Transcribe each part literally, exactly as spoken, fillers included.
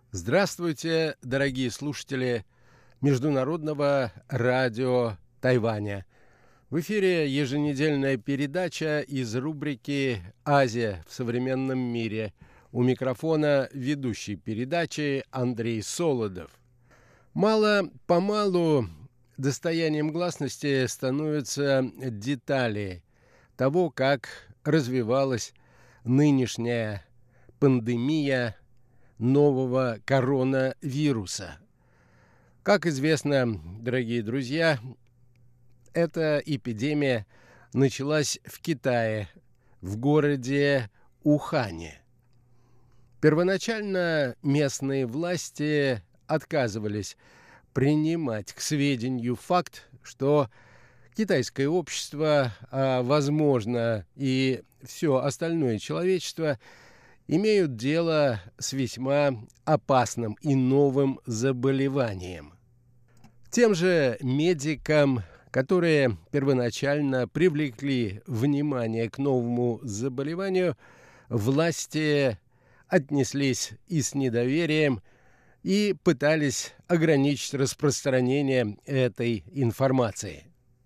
Здравствуйте, дорогие слушатели Международного радио Тайваня. В эфире еженедельная передача из рубрики «Азия в современном мире». У микрофона ведущий передачи Андрей Солодов. Мало-помалу достоянием гласности становятся детали того, как развивалась нынешняя пандемия нового коронавируса. Как известно, дорогие друзья, эта эпидемия началась в Китае, в городе Ухане. Первоначально местные власти отказывались принимать к сведению факт, что китайское общество, а возможно и все остальное человечество, имеют дело с весьма опасным и новым заболеванием. Тем же медикам, которые первоначально привлекли внимание к новому заболеванию, власти отнеслись и с недоверием, и пытались ограничить распространение этой информации.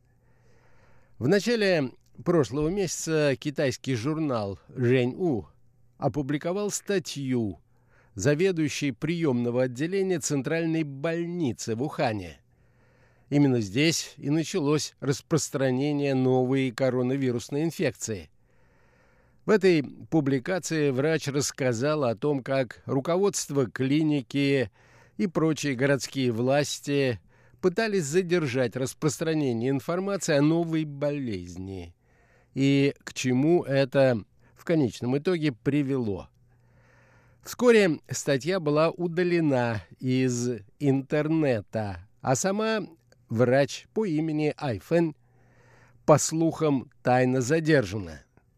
В начале прошлого месяца китайский журнал «Жэньу» опубликовал статью заведующей приемного отделения Центральной больницы в Ухане. Именно здесь и началось распространение новой коронавирусной инфекции. В этой публикации врач рассказал о том, как руководство клиники и прочие городские власти пытались задержать распространение информации о новой болезни и к чему это в конечном итоге привело. Вскоре статья была удалена из интернета, а сама врач по имени Айфэн, по слухам, тайно задержана.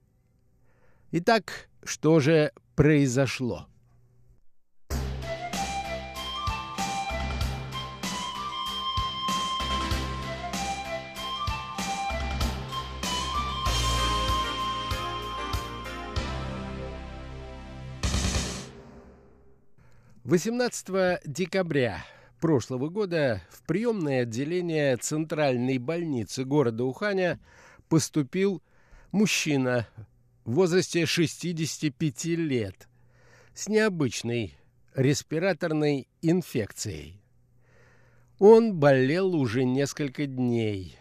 Итак, что же произошло? восемнадцатого декабря прошлого года в приемное отделение Центральной больницы города Уханя поступил мужчина в возрасте шестидесяти пяти лет с необычной респираторной инфекцией. Он болел уже несколько дней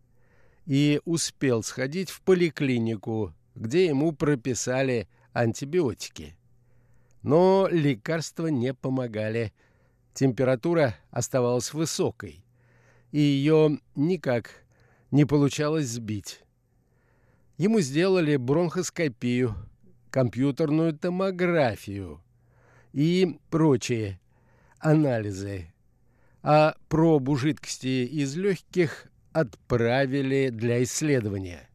и успел сходить в поликлинику, где ему прописали антибиотики. Но лекарства не помогали. Температура оставалась высокой, и ее никак не получалось сбить. Ему сделали бронхоскопию, компьютерную томографию и прочие анализы, а пробу жидкости из легких отправили для исследования.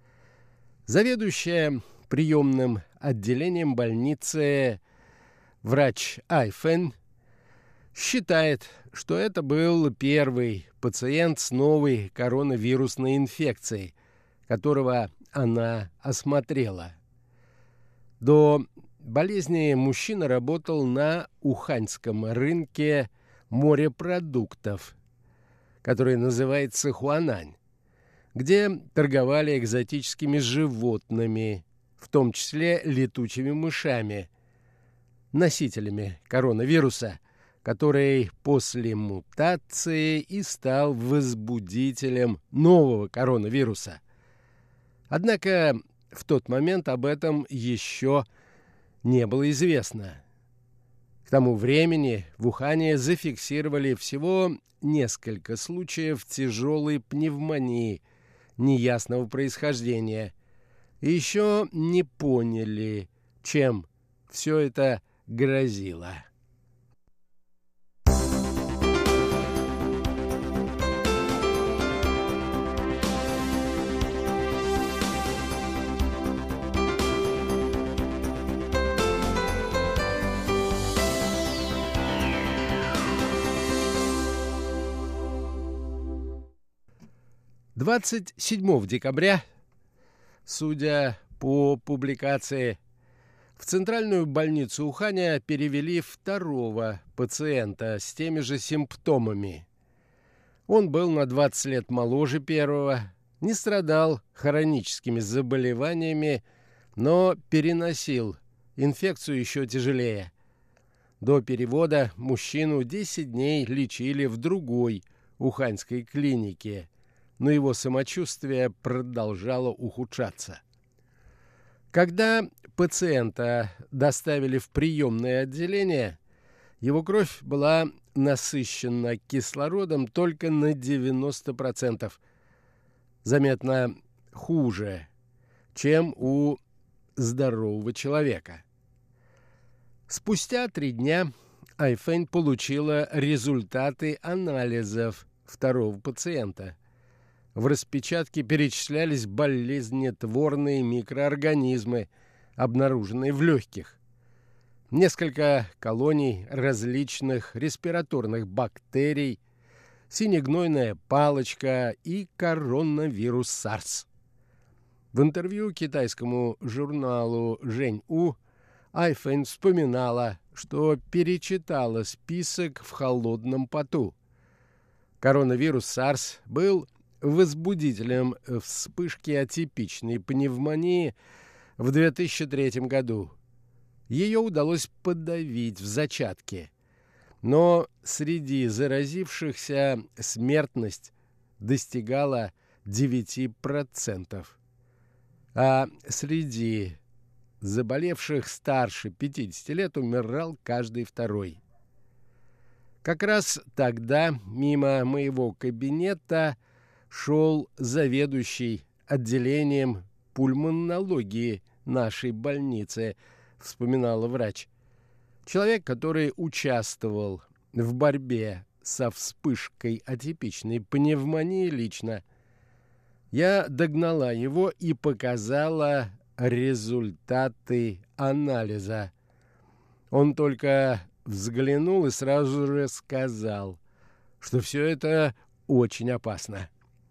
Заведующая приемным отделением больницы врач Айфэн считает, что это был первый пациент с новой коронавирусной инфекцией, которого она осмотрела. До болезни мужчина работал на уханьском рынке морепродуктов, который называется Хуанань, где торговали экзотическими животными, в том числе летучими мышами, носителями коронавируса, который после мутации и стал возбудителем нового коронавируса. Однако в тот момент об этом еще не было известно. К тому времени в Ухане зафиксировали всего несколько случаев тяжелой пневмонии неясного происхождения и еще не поняли, чем все это грозило. двадцать седьмого декабря, судя по публикации в В центральную больницу Уханя перевели второго пациента с теми же симптомами. Он был на двадцать лет моложе первого, не страдал хроническими заболеваниями, но переносил инфекцию еще тяжелее. До перевода мужчину десять дней лечили в другой уханьской клинике, но его самочувствие продолжало ухудшаться. Когда пациента доставили в приемное отделение, его кровь была насыщена кислородом только на девяносто процентов, заметно хуже, чем у здорового человека. Спустя три дня Айфэнь получила результаты анализов второго пациента. В распечатке перечислялись болезнетворные микроорганизмы, обнаруженные в легких. Несколько колоний различных респираторных бактерий, синегнойная палочка и коронавирус SARS. В интервью китайскому журналу «Жэнь-У» Айфэнь вспоминала, что перечитала список в холодном поту. Коронавирус SARS был возбудителем вспышки атипичной пневмонии в две тысячи третьем году. Ее удалось подавить в зачатке, но среди заразившихся смертность достигала девять процентов, а среди заболевших старше пятидесяти лет умирал каждый второй. Как раз тогда мимо моего кабинета шел заведующий отделением пульмонологии нашей больницы, вспоминала врач. Человек, который участвовал в борьбе со вспышкой атипичной пневмонии лично. Я догнала его и показала результаты анализа. Он только взглянул и сразу же сказал, что все это очень опасно.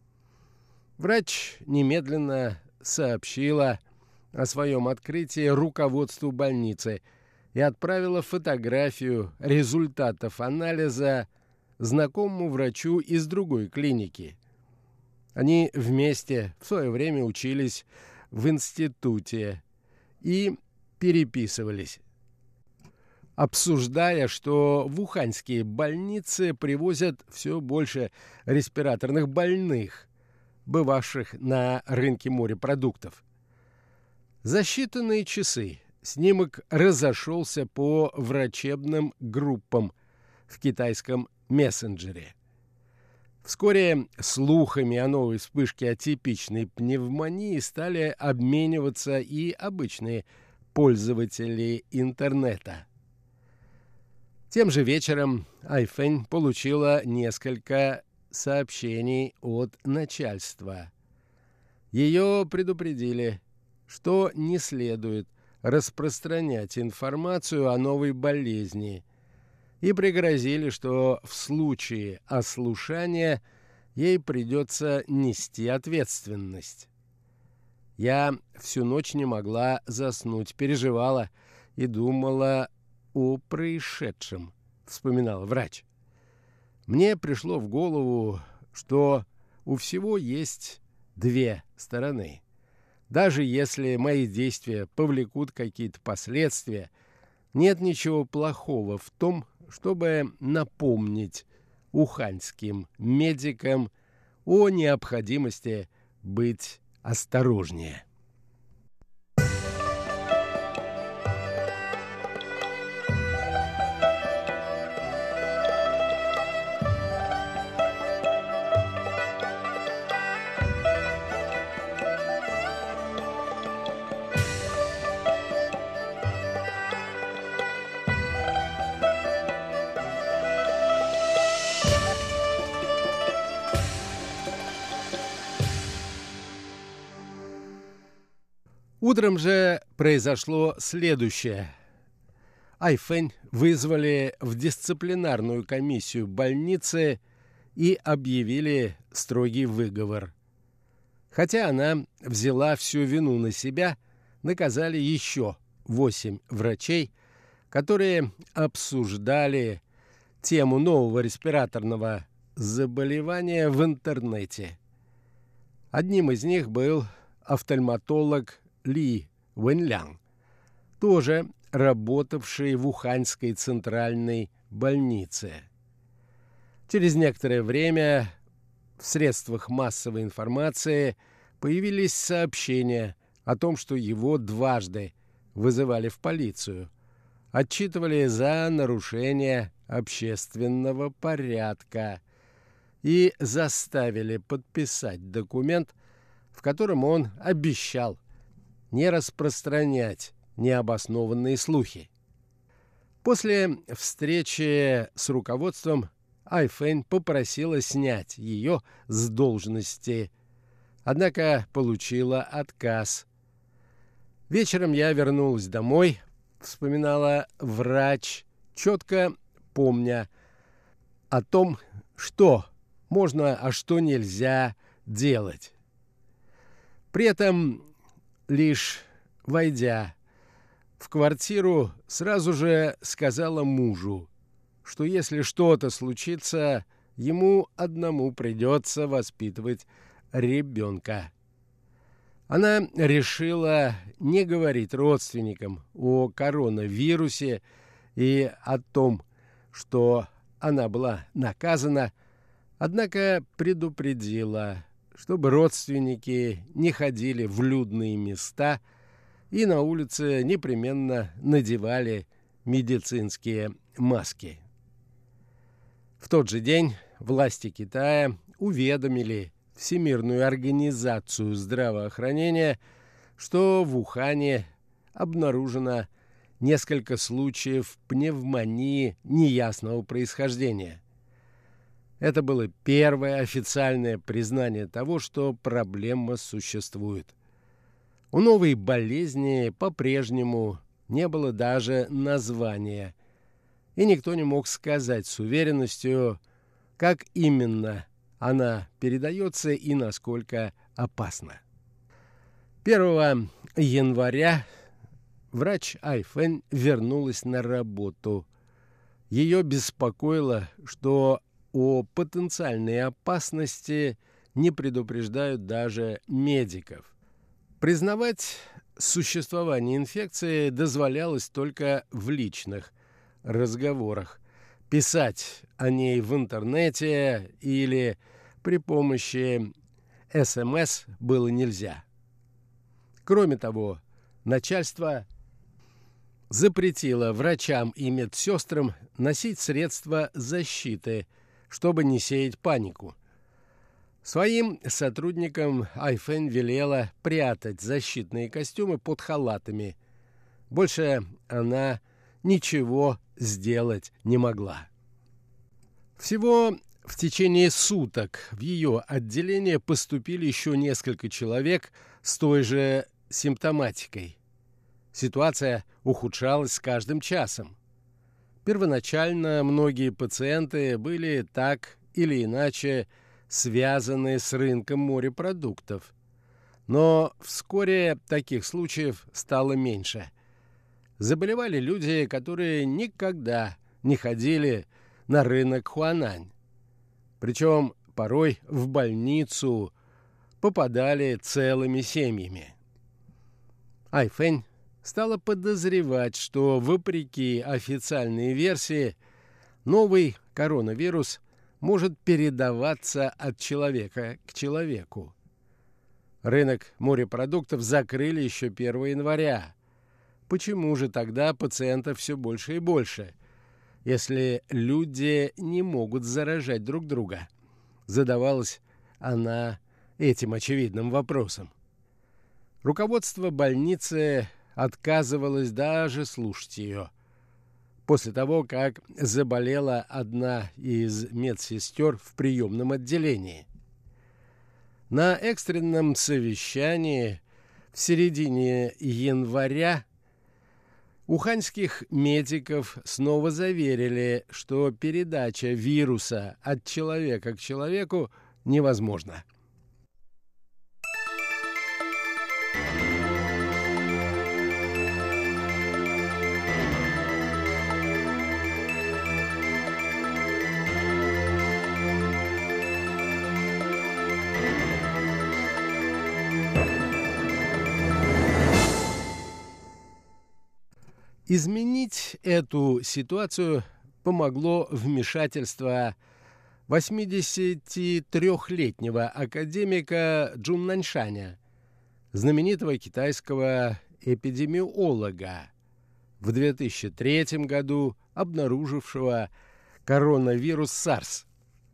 Врач немедленно сообщила о своем открытии руководству больницы и отправила фотографию результатов анализа знакомому врачу из другой клиники. Они вместе в свое время учились в институте и переписывались, обсуждая, что в уханьские больницы привозят все больше респираторных больных, бывавших на рынке морепродуктов. За считанные часы снимок разошелся по врачебным группам в китайском мессенджере. Вскоре слухами о новой вспышке атипичной пневмонии стали обмениваться и обычные пользователи интернета. Тем же вечером Айфэнь получила несколько сообщений от начальства. Ее предупредили, что не следует распространять информацию о новой болезни, и пригрозили, что в случае ослушания ей придется нести ответственность. Я всю ночь не могла заснуть, переживала и думала о происшедшем, вспоминал врач. Мне пришло в голову, что у всего есть две стороны. Даже если мои действия повлекут какие-то последствия, нет ничего плохого в том, чтобы напомнить уханьским медикам о необходимости быть осторожнее. Утром же произошло следующее. Айфэнь вызвали в дисциплинарную комиссию больницы и объявили строгий выговор. Хотя она взяла всю вину на себя, наказали еще восемь врачей, которые обсуждали тему нового респираторного заболевания в интернете. Одним из них был офтальматолог Ли Вэньлян, тоже работавший в Уханьской центральной больнице. Через некоторое время в средствах массовой информации появились сообщения о том, что его дважды вызывали в полицию, отчитывали за нарушение общественного порядка и заставили подписать документ, в котором он обещал не распространять необоснованные слухи. После встречи с руководством Ай Фэнь попросила снять ее с должности, однако получила отказ. «Вечером я вернулась домой», — вспоминала врач, четко помня о том, что можно, а что нельзя делать. При этом, лишь войдя в квартиру, сразу же сказала мужу, что если что-то случится, ему одному придется воспитывать ребенка. Она решила не говорить родственникам о коронавирусе и о том, что она была наказана, однако предупредила, чтобы родственники не ходили в людные места и на улице непременно надевали медицинские маски. В тот же день власти Китая уведомили Всемирную организацию здравоохранения, что в Ухане обнаружено несколько случаев пневмонии неясного происхождения. Это было первое официальное признание того, что проблема существует. У новой болезни по-прежнему не было даже названия, и никто не мог сказать с уверенностью, как именно она передается и насколько опасна. первого января врач Ай Фэнь вернулась на работу. Ее беспокоило, что о потенциальной опасности не предупреждают даже медиков. Признавать существование инфекции дозволялось только в личных разговорах. Писать о ней в интернете или при помощи эс эм эс было нельзя. Кроме того, начальство запретило врачам и медсестрам носить средства защиты, чтобы не сеять панику. Своим сотрудникам Ай Фэнь велела прятать защитные костюмы под халатами. Больше она ничего сделать не могла. Всего в течение суток в ее отделение поступили еще несколько человек с той же симптоматикой. Ситуация ухудшалась с каждым часом. Первоначально многие пациенты были так или иначе связаны с рынком морепродуктов. Но вскоре таких случаев стало меньше. Заболевали люди, которые никогда не ходили на рынок Хуанань. Причем порой в больницу попадали целыми семьями. Ай Фэнь стала подозревать, что, вопреки официальной версии, новый коронавирус может передаваться от человека к человеку. Рынок морепродуктов закрыли еще первого января. Почему же тогда пациентов все больше и больше, если люди не могут заражать друг друга? Задавалась она этим очевидным вопросом. Руководство больницы отказывалось даже слушать ее. После того, как заболела одна из медсестер в приемном отделении. На экстренном совещании в середине января уханьских медиков снова заверили, что передача вируса от человека к человеку невозможна. Изменить эту ситуацию помогло вмешательство восьмидесятитрёхлетнего академика Джун Наньшаня, знаменитого китайского эпидемиолога, в две тысячи третьем году обнаружившего коронавирус SARS.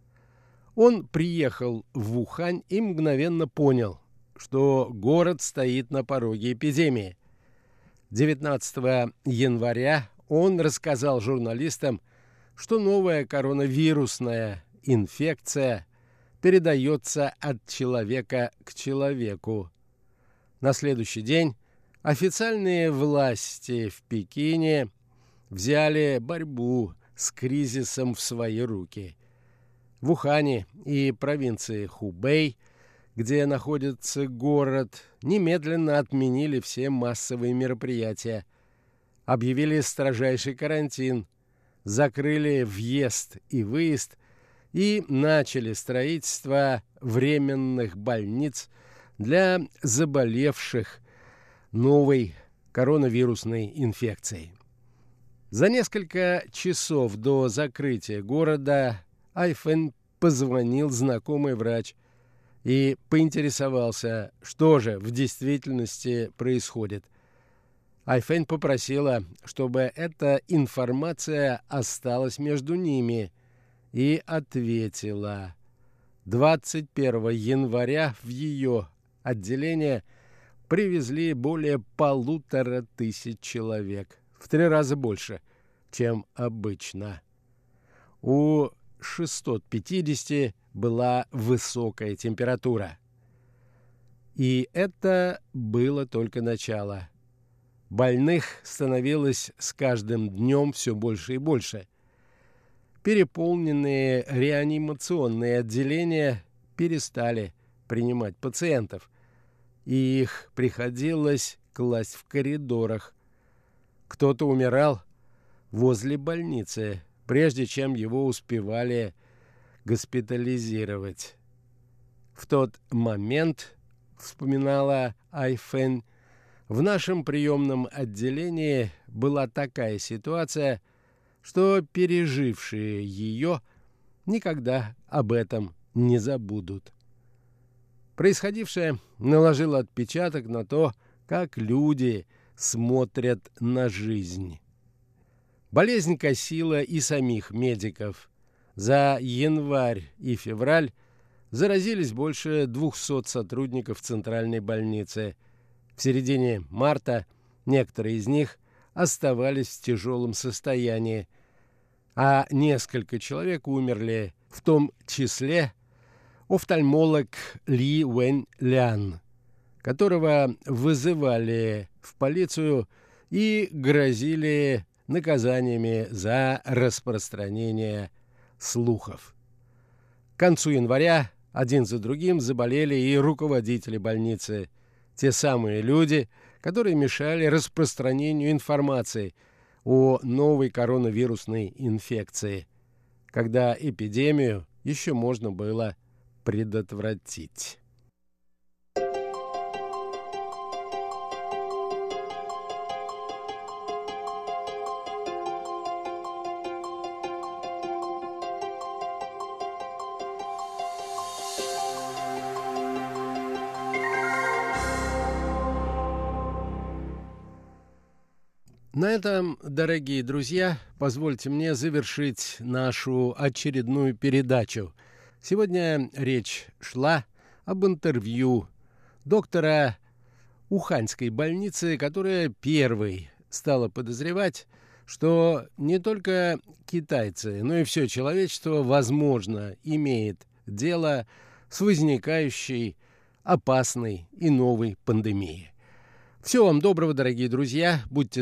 Он приехал в Ухань и мгновенно понял, что город стоит на пороге эпидемии. девятнадцатого января он рассказал журналистам, что новая коронавирусная инфекция передается от человека к человеку. На следующий день официальные власти в Пекине взяли борьбу с кризисом в свои руки. В Ухане и провинции Хубэй, где находится город, немедленно отменили все массовые мероприятия, объявили строжайший карантин, закрыли въезд и выезд и начали строительство временных больниц для заболевших новой коронавирусной инфекцией. За несколько часов до закрытия города Айфэн позвонил знакомый врач и поинтересовался, что же в действительности происходит. Айфэн попросила, чтобы эта информация осталась между ними, и ответила: двадцать первого января в ее отделение привезли более полутора тысяч человек, в три раза больше, чем обычно. У шестисот пятидесяти была высокая температура. И это было только начало. Больных становилось с каждым днем все больше и больше. Переполненные реанимационные отделения перестали принимать пациентов, и их приходилось класть в коридорах. Кто-то умирал возле больницы, прежде чем его успевали госпитализировать. В тот момент, вспоминала Айфэн, в нашем приемном отделении была такая ситуация, что пережившие ее никогда об этом не забудут. Происходившее наложило отпечаток на то, как люди смотрят на жизнь. Болезнь косила и самих медиков. За январь и февраль заразились больше двухсот сотрудников центральной больницы. В середине марта некоторые из них оставались в тяжелом состоянии, а несколько человек умерли, в том числе офтальмолог Ли Уэнь-Лян, которого вызывали в полицию и грозили наказаниями за распространение слухов. К концу января один за другим заболели и руководители больницы, те самые люди, которые мешали распространению информации о новой коронавирусной инфекции, когда эпидемию еще можно было предотвратить. На этом, дорогие друзья, позвольте мне завершить нашу очередную передачу. Сегодня речь шла об интервью доктора Уханьской больницы, которая первой стала подозревать, что не только китайцы, но и все человечество, возможно, имеет дело с возникающей опасной и новой пандемией. Всего вам доброго, дорогие друзья, будьте